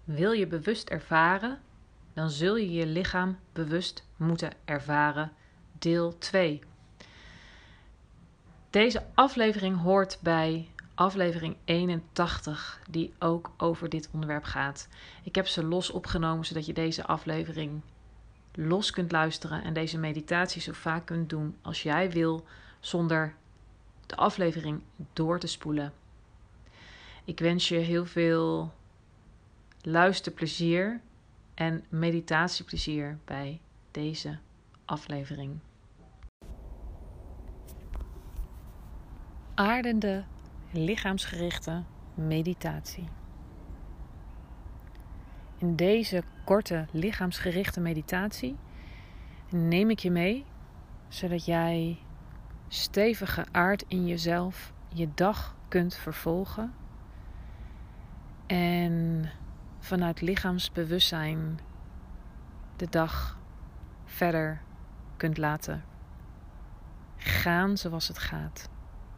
Wil je bewust ervaren, dan zul je je lichaam bewust moeten ervaren. Deel 2. Deze aflevering hoort bij aflevering 81, die ook over dit onderwerp gaat. Ik heb ze los opgenomen, zodat je deze aflevering los kunt luisteren en deze meditatie zo vaak kunt doen als jij wil, zonder de aflevering door te spoelen. Ik wens je heel veel luisterplezier en meditatieplezier bij deze aflevering. Aardende, lichaamsgerichte meditatie. In deze korte lichaamsgerichte meditatie neem ik je mee, zodat jij stevig geaard in jezelf je dag kunt vervolgen en vanuit lichaamsbewustzijn de dag verder kunt laten gaan zoals het gaat.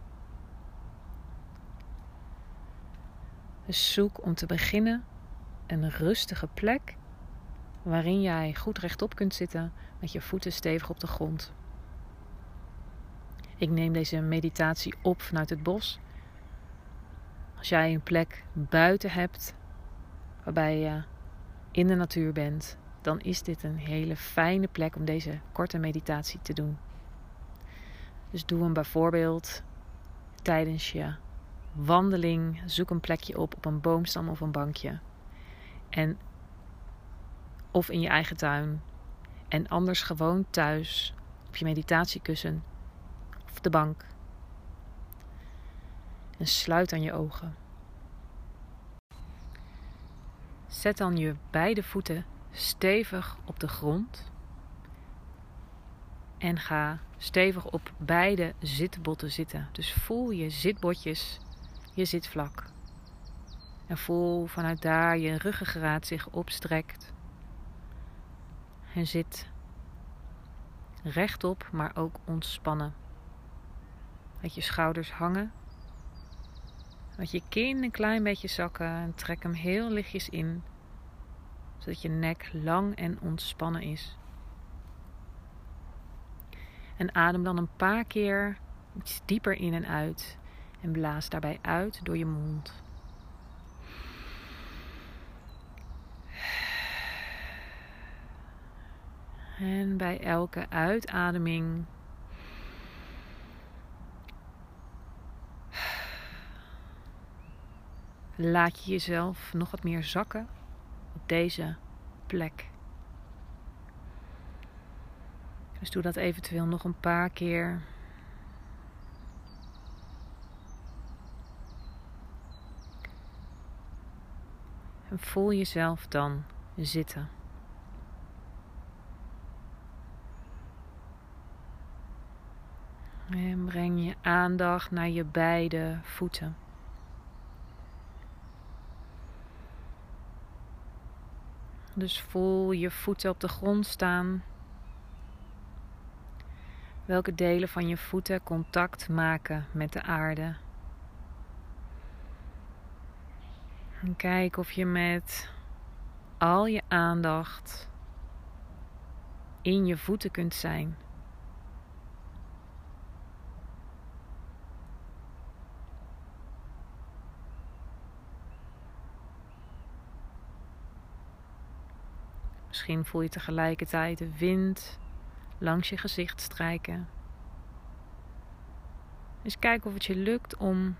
Dus zoek om te beginnen een rustige plek waarin jij goed rechtop kunt zitten met je voeten stevig op de grond. Ik neem deze meditatie op vanuit het bos. Als jij een plek buiten hebt waarbij je in de natuur bent, dan is dit een hele fijne plek om deze korte meditatie te doen. Dus doe hem bijvoorbeeld tijdens je wandeling. Zoek een plekje op een boomstam of een bankje. Of in je eigen tuin. En anders gewoon thuis op je meditatiekussen of de bank. En sluit dan je ogen. Zet dan je beide voeten stevig op de grond. En ga stevig op beide zitbotten zitten. Dus voel je zitbotjes, je zitvlak. En voel vanuit daar je ruggengraat zich opstrekt. En zit rechtop, maar ook ontspannen. Laat je schouders hangen. Laat je kin een klein beetje zakken en trek hem heel lichtjes in. Zodat je nek lang en ontspannen is. En adem dan een paar keer iets dieper in en uit. En blaas daarbij uit door je mond. En bij elke uitademing laat je jezelf nog wat meer zakken op deze plek. Dus doe dat eventueel nog een paar keer. En voel jezelf dan zitten. En breng je aandacht naar je beide voeten. Dus voel je voeten op de grond staan. Welke delen van je voeten contact maken met de aarde. En kijk of je met al je aandacht in je voeten kunt zijn. Misschien voel je tegelijkertijd de wind langs je gezicht strijken. Dus kijk of het je lukt om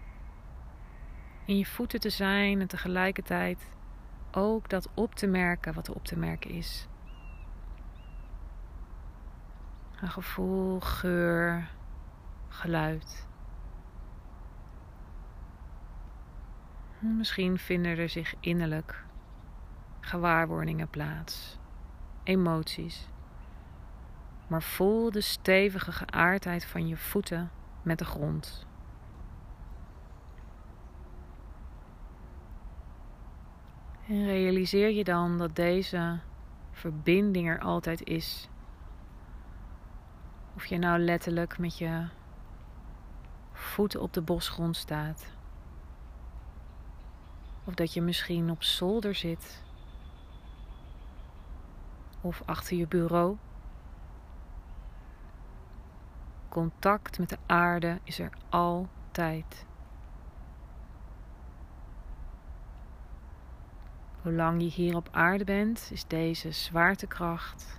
in je voeten te zijn en tegelijkertijd ook dat op te merken wat er op te merken is. Een gevoel, geur, geluid. Misschien vinden er zich innerlijk gewaarwordingen plaats, emoties. Maar voel de stevige geaardheid van je voeten met de grond. En realiseer je dan dat deze verbinding er altijd is. Of je nou letterlijk met je voeten op de bosgrond staat. Of dat je misschien op zolder zit. Of achter je bureau. Contact met de aarde is er altijd. Zolang je hier op aarde bent, is deze zwaartekracht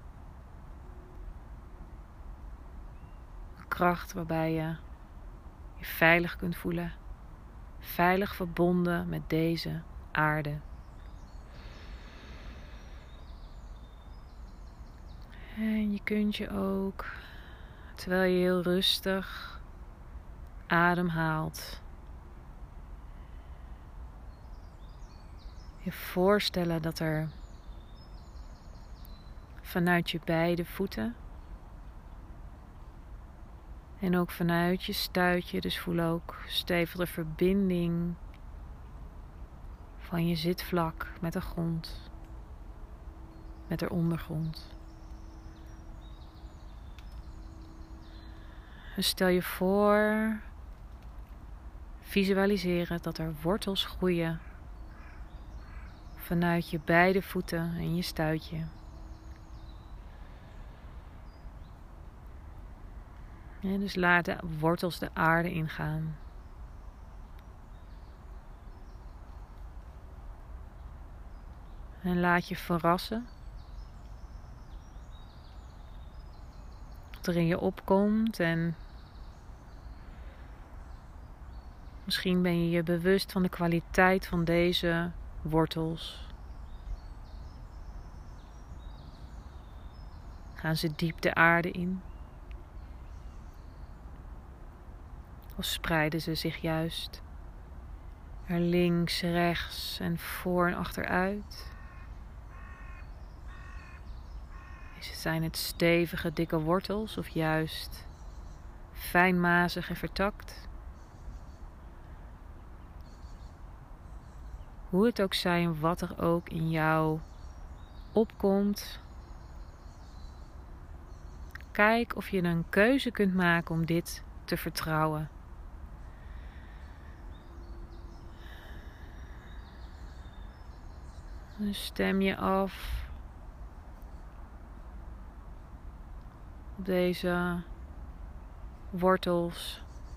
een kracht waarbij je je veilig kunt voelen. Veilig verbonden met deze aarde. En je kunt je ook, terwijl je heel rustig ademhaalt, je voorstellen dat er vanuit je beide voeten en ook vanuit je stuitje, dus voel ook stevig de verbinding van je zitvlak met de grond, met de ondergrond. En stel je voor, visualiseren dat er wortels groeien vanuit je beide voeten en je stuitje. En dus laat de wortels de aarde ingaan. En laat je verrassen wat er in je opkomt. En misschien ben je je bewust van de kwaliteit van deze wortels. Gaan ze diep de aarde in? Of spreiden ze zich juist er links, rechts en voor en achteruit? Zijn het stevige, dikke wortels of juist fijnmazig en vertakt? Hoe het ook zij en wat er ook in jou opkomt, kijk of je een keuze kunt maken om dit te vertrouwen. Dus stem je af op deze wortels.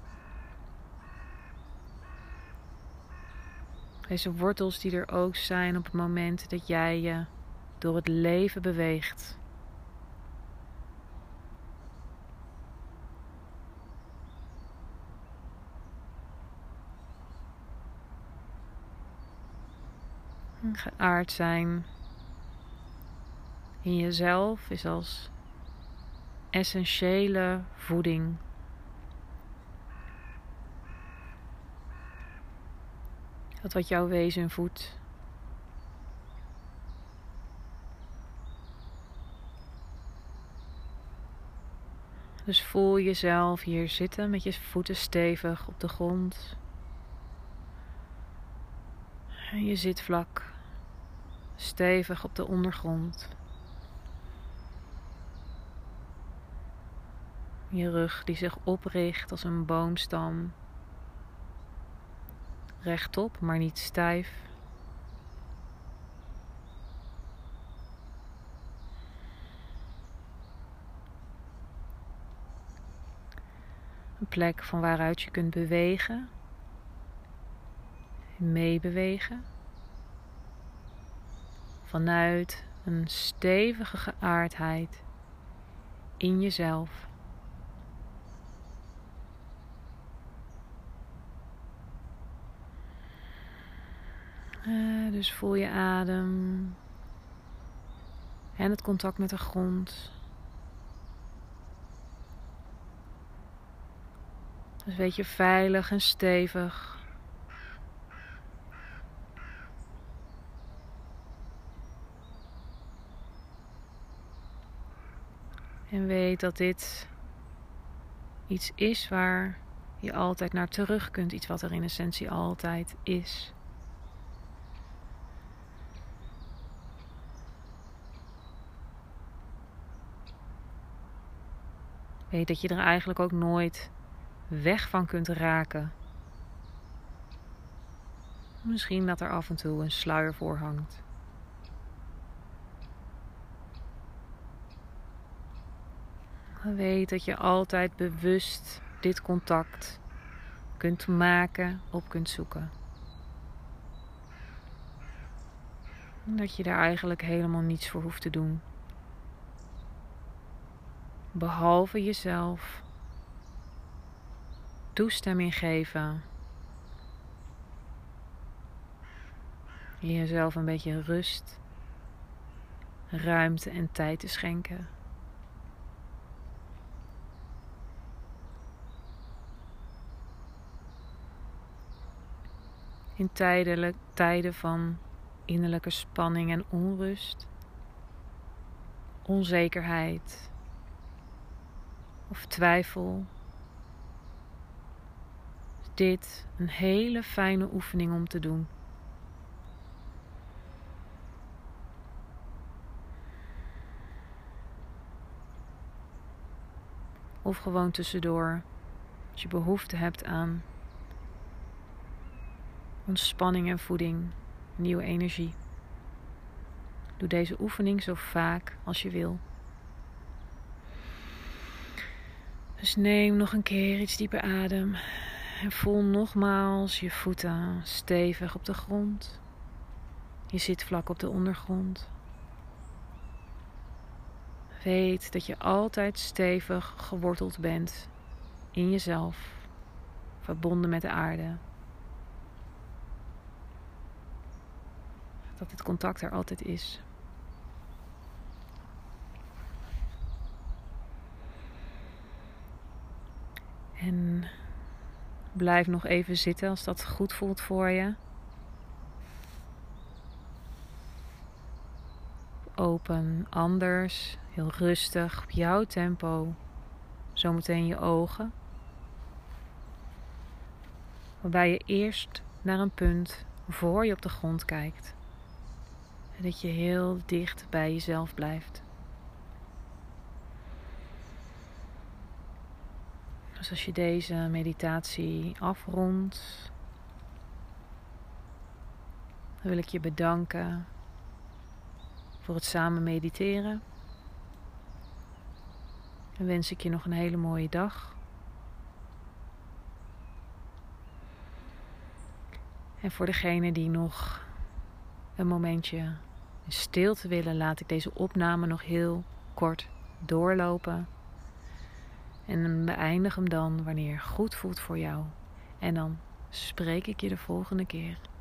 Deze wortels die er ook zijn op het moment dat jij je door het leven beweegt. Geaard zijn in jezelf is als essentiële voeding. Dat wat jouw wezen voedt. Dus voel jezelf hier zitten met je voeten stevig op de grond. En je zitvlak stevig op de ondergrond. Je rug die zich opricht als een boomstam. Rechtop, maar niet stijf. Een plek van waaruit je kunt bewegen. Meebewegen. Vanuit een stevige geaardheid in jezelf. Dus voel je adem en het contact met de grond. Dus weet je veilig en stevig. En weet dat dit iets is waar je altijd naar terug kunt. Iets wat er in essentie altijd is. Weet dat je er eigenlijk ook nooit weg van kunt raken. Misschien dat er af en toe een sluier voor hangt. Weet dat je altijd bewust dit contact kunt maken, op kunt zoeken. En dat je daar eigenlijk helemaal niets voor hoeft te doen. Behalve jezelf toestemming geven. Jezelf een beetje rust, ruimte en tijd te schenken. In tijden van innerlijke spanning en onrust, onzekerheid of twijfel, is dit een hele fijne oefening om te doen. Of gewoon tussendoor, als je behoefte hebt aan ontspanning en voeding, nieuwe energie. Doe deze oefening zo vaak als je wil. Dus neem nog een keer iets dieper adem. En voel nogmaals je voeten stevig op de grond. Je zit vlak op de ondergrond. Weet dat je altijd stevig geworteld bent in jezelf. Verbonden met de aarde. Dat het contact er altijd is. En blijf nog even zitten als dat goed voelt voor je. Open anders, heel rustig, op jouw tempo. Zometeen je ogen. Waarbij je eerst naar een punt voor je op de grond kijkt. En dat je heel dicht bij jezelf blijft. Dus als je deze meditatie afrondt, dan wil ik je bedanken voor het samen mediteren. En wens ik je nog een hele mooie dag. En voor degenen die nog een momentje in stilte willen, laat ik deze opname nog heel kort doorlopen. En beëindig hem dan wanneer het goed voelt voor jou. En dan spreek ik je de volgende keer.